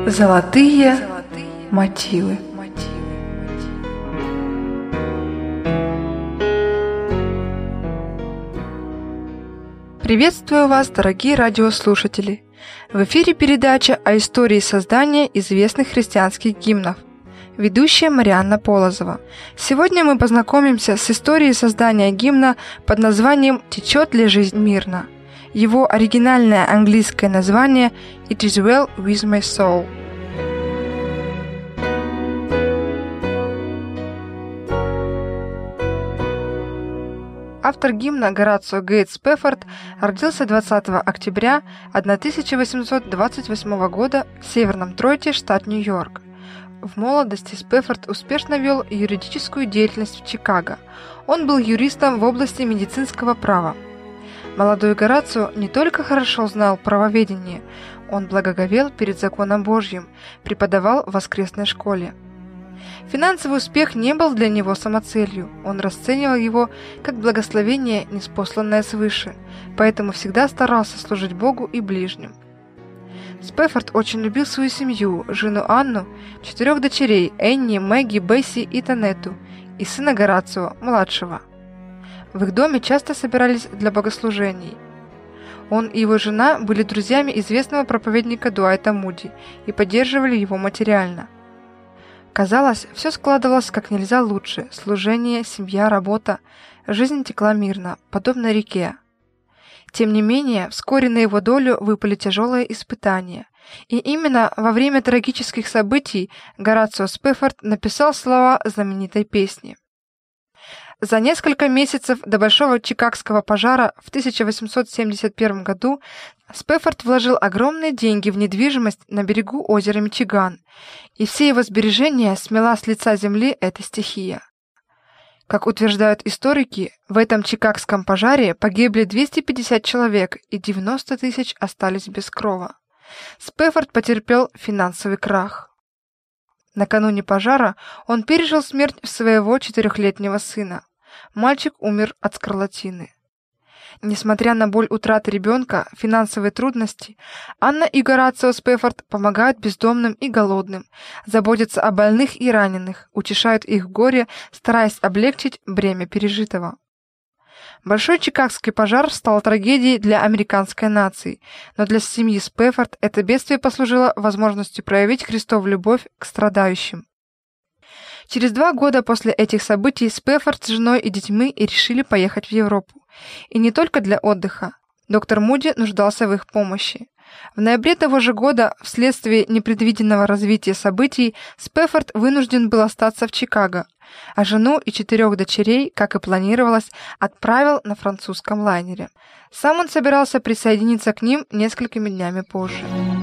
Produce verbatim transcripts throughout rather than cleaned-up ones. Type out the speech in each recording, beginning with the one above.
Золотые мотивы. Приветствую вас, дорогие радиослушатели! В эфире передача о истории создания известных христианских гимнов. Ведущая Марианна Полозова. Сегодня мы познакомимся с историей создания гимна под названием «Течет ли жизнь мирно?». Его оригинальное английское название «It is well with my soul». Автор гимна Горацио Гейтс Спэффорд родился двадцатого октября тысяча восемьсот двадцать восьмого года в Северном Тройте, штат Нью-Йорк. В молодости Спэффорд успешно вел юридическую деятельность в Чикаго. Он был юристом в области медицинского права. Молодой Горацио не только хорошо знал правоведение, он благоговел перед законом Божьим, преподавал в воскресной школе. Финансовый успех не был для него самоцелью, он расценивал его как благословение, ниспосланное свыше, поэтому всегда старался служить Богу и ближним. Спэффорд очень любил свою семью, жену Анну, четырех дочерей Энни, Мэгги, Бесси и Танетту, и сына Горацио, младшего. В их доме часто собирались для богослужений. Он и его жена были друзьями известного проповедника Дуайта Муди и поддерживали его материально. Казалось, все складывалось как нельзя лучше: служение, семья, работа. Жизнь текла мирно, подобно реке. Тем не менее, вскоре на его долю выпали тяжелые испытания, и именно во время трагических событий Горацио Спэффорд написал слова знаменитой песни. За несколько месяцев до Большого Чикагского пожара в тысяча восемьсот семьдесят первом году Спэффорд вложил огромные деньги в недвижимость на берегу озера Мичиган, и все его сбережения смела с лица земли эта стихия. Как утверждают историки, в этом Чикагском пожаре погибли двести пятьдесят человек и девяносто тысяч остались без крова. Спэффорд потерпел финансовый крах. Накануне пожара он пережил смерть своего четырехлетнего сына. Мальчик умер от скарлатины. Несмотря на боль утраты ребенка, финансовые трудности, Анна и Горацио Спэффорд помогают бездомным и голодным, заботятся о больных и раненых, утешают их в горе, стараясь облегчить бремя пережитого. Большой Чикагский пожар стал трагедией для американской нации, но для семьи Спэффорд это бедствие послужило возможностью проявить Христову любовь к страдающим. Через два года после этих событий Спэффорд с женой и детьми и решили поехать в Европу. И не только для отдыха. Доктор Муди нуждался в их помощи. В ноябре того же года, вследствие непредвиденного развития событий, Спэффорд вынужден был остаться в Чикаго, а жену и четырех дочерей, как и планировалось, отправил на французском лайнере. Сам он собирался присоединиться к ним несколькими днями позже.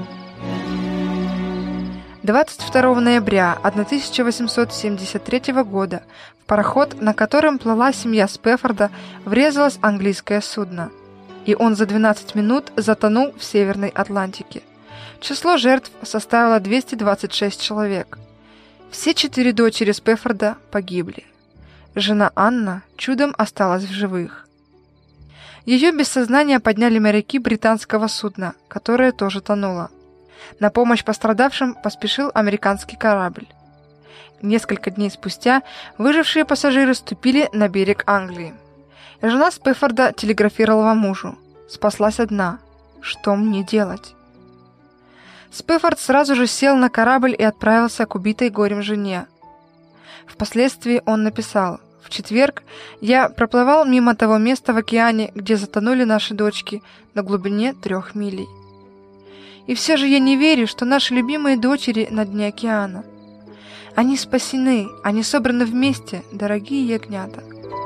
двадцать второго ноября тысяча восемьсот семьдесят третьего года в пароход, на котором плыла семья Спэффорда, врезалось английское судно, и он за двенадцать минут затонул в Северной Атлантике. Число жертв составило двести двадцать шесть человек. Все четыре дочери Спэффорда погибли. Жена Анна чудом осталась в живых. Ее без сознания подняли моряки британского судна, которое тоже тонуло. На помощь пострадавшим поспешил американский корабль. Несколько дней спустя выжившие пассажиры ступили на берег Англии. Жена Спэффорда телеграфировала мужу: «Спаслась одна. Что мне делать?» Спэффорд сразу же сел на корабль и отправился к убитой горем жене. Впоследствии он написал: «В четверг я проплывал мимо того места в океане, где затонули наши дочки, на глубине трех милей. И все же я не верю, что наши любимые дочери на дне океана. Они спасены, они собраны вместе, дорогие ягнята».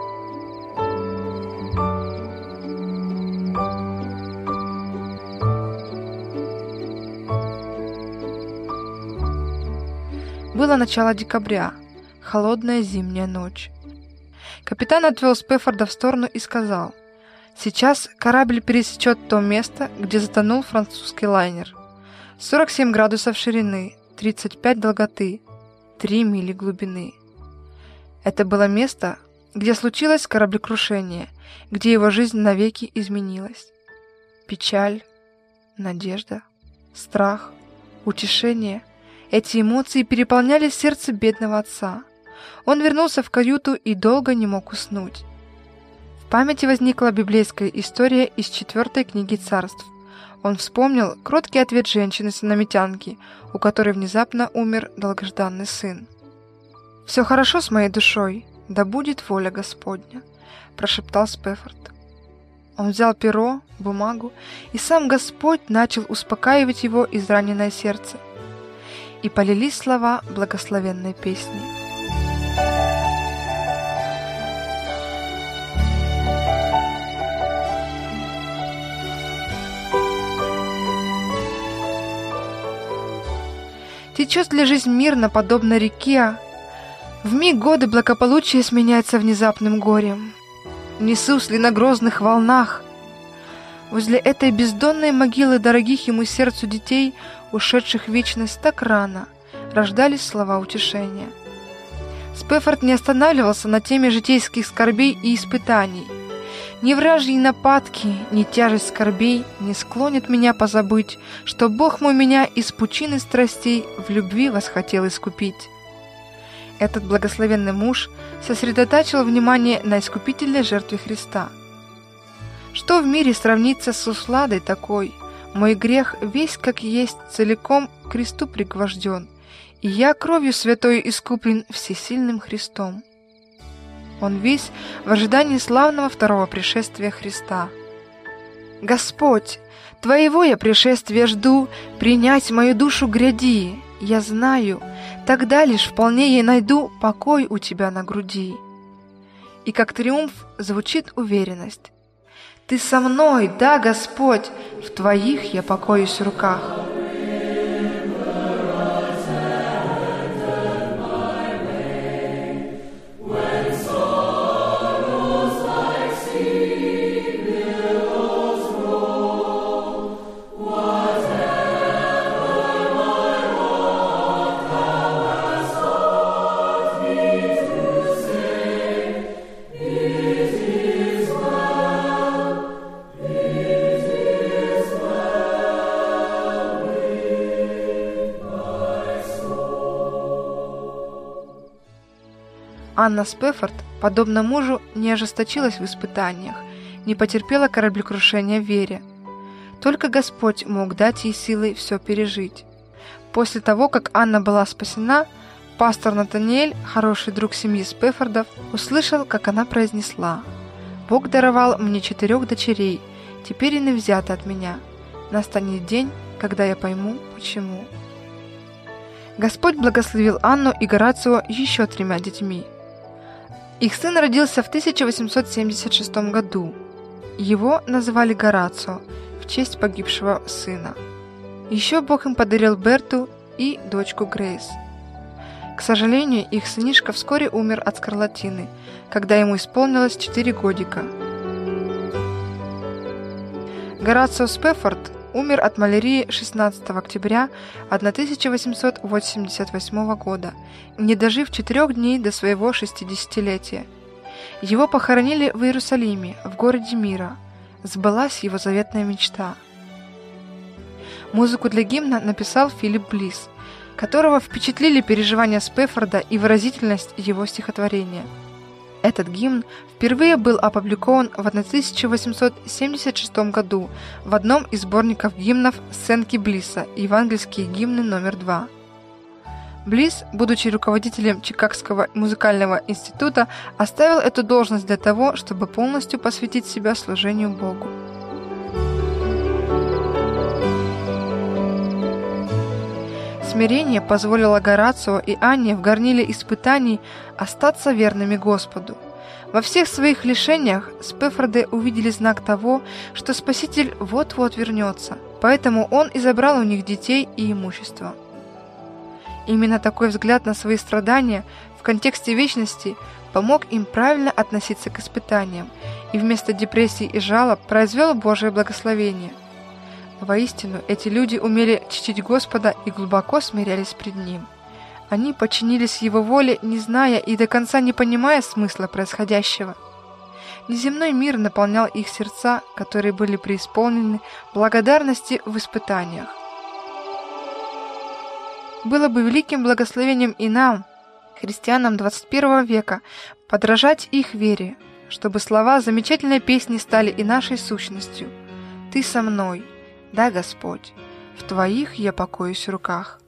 Было начало декабря, холодная зимняя ночь. Капитан отвел Спэффорда в сторону и сказал: «Сейчас корабль пересечет то место, где затонул французский лайнер. сорок семь градусов ширины, тридцать пять долготы, три мили глубины». Это было место, где случилось кораблекрушение, где его жизнь навеки изменилась. Печаль, надежда, страх, утешение — Эти эмоции переполняли сердце бедного отца. Он вернулся в каюту и долго не мог уснуть. В памяти возникла библейская история из четвертой книги Царств. Он вспомнил кроткий ответ женщины-синамитянки, у которой внезапно умер долгожданный сын. «Все хорошо с моей душой, да будет воля Господня», – прошептал Спефорд. Он взял перо, бумагу, и сам Господь начал успокаивать его израненное сердце. И полились слова благословенной песни. Течет ли жизнь мирно, подобно реке? Вмиг годы благополучия сменяются внезапным горем. Несусь ли на грозных волнах? Возле этой бездонной могилы дорогих ему сердцу детей, ушедших в вечность так рано, рождались слова утешения. Спефорд не останавливался на теме житейских скорбей и испытаний. Ни вражьи нападки, ни тяжесть скорбей не склонит меня позабыть, что Бог мой меня из пучины страстей в любви восхотел искупить. Этот благословенный муж сосредотачивал внимание на искупительной жертве Христа. Что в мире сравнится с усладой такой? Мой грех весь как есть целиком к кресту пригвожден, и я кровью святой искуплен всесильным Христом. Он весь в ожидании славного второго пришествия Христа. «Господь, Твоего я пришествия жду, принять мою душу гряди, я знаю, тогда лишь вполне я найду покой у Тебя на груди». И как триумф звучит уверенность. «Ты со мной, да, Господь, в Твоих я покоюсь руках». Анна Спефорд, подобно мужу, не ожесточилась в испытаниях, не потерпела кораблекрушения в вере. Только Господь мог дать ей силы все пережить. После того, как Анна была спасена, пастор Натаниэль, хороший друг семьи Спефордов, услышал, как она произнесла: «Бог даровал мне четырех дочерей, теперь и не взято от меня. Настанет день, когда я пойму, почему». Господь благословил Анну и Горацио еще тремя детьми. Их сын родился в тысяча восемьсот семьдесят шестом году. Его называли Горацио в честь погибшего сына. Еще Бог им подарил Берту и дочку Грейс. К сожалению, их сынишка вскоре умер от скарлатины, когда ему исполнилось четыре годика. Горацио Спефорд умер от малярии шестнадцатого октября тысяча восемьсот восемьдесят восьмого года, не дожив четырех дней до своего шестидесятилетия. Его похоронили в Иерусалиме, в городе мира. Сбылась его заветная мечта. Музыку для гимна написал Филипп Блисс, которого впечатлили переживания Спефорда и выразительность его стихотворения. Этот гимн впервые был опубликован в тысяча восемьсот семьдесят шестом году в одном из сборников гимнов Сенки Блисса «Евангельские гимны номер два». Блисс, будучи руководителем Чикагского музыкального института, оставил эту должность для того, чтобы полностью посвятить себя служению Богу. Смирение позволило Горацио и Анне в горниле испытаний остаться верными Господу. Во всех своих лишениях Спефорды увидели знак того, что Спаситель вот-вот вернется, поэтому Он и забрал у них детей и имущество. Именно такой взгляд на свои страдания в контексте вечности помог им правильно относиться к испытаниям и вместо депрессий и жалоб произвел Божие благословение. Воистину, эти люди умели чтить Господа и глубоко смирялись пред Ним. Они подчинились Его воле, не зная и до конца не понимая смысла происходящего. Неземной мир наполнял их сердца, которые были преисполнены благодарности в испытаниях. Было бы великим благословением и нам, христианам двадцать первого века, подражать их вере, чтобы слова замечательной песни стали и нашей сущностью. «Ты со мной, да, Господь, в Твоих я покоюсь руках».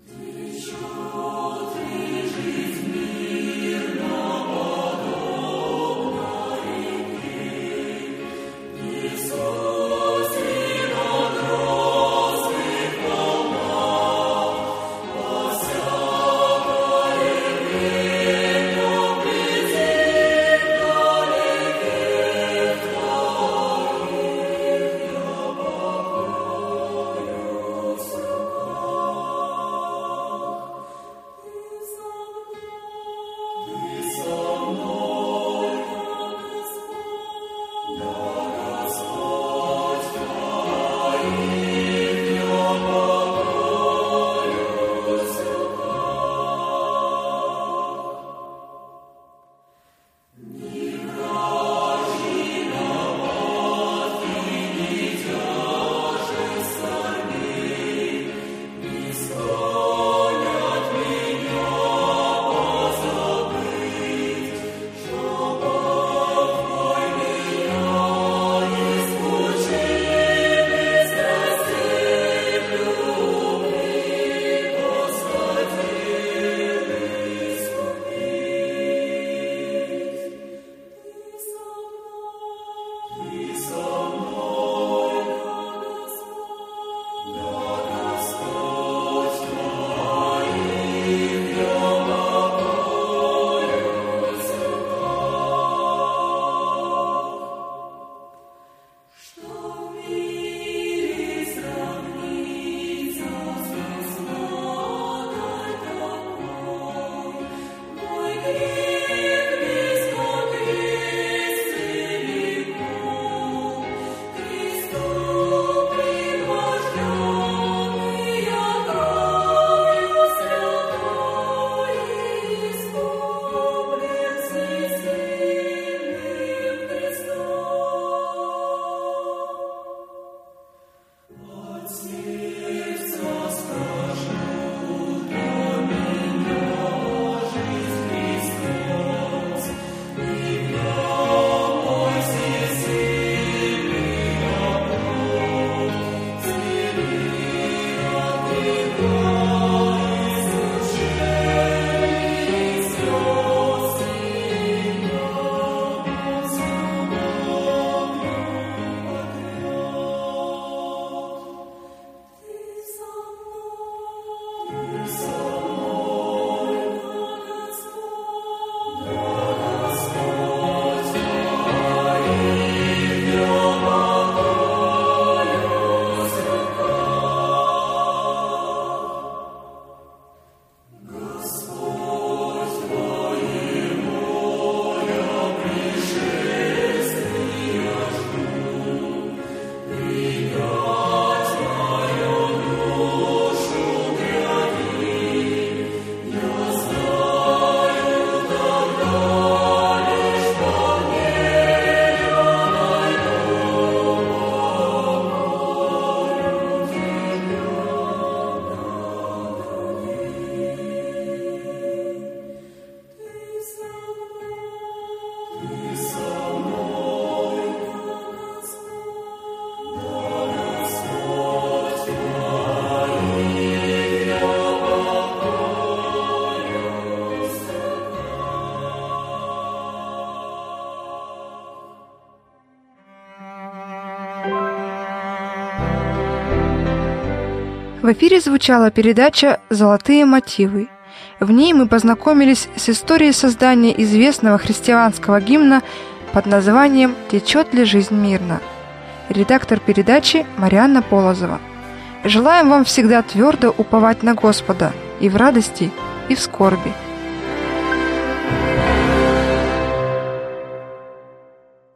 В эфире звучала передача «Золотые мотивы». В ней мы познакомились с историей создания известного христианского гимна под названием «Течет ли жизнь мирно». Редактор передачи Марианна Полозова. Желаем вам всегда твердо уповать на Господа и в радости, и в скорби.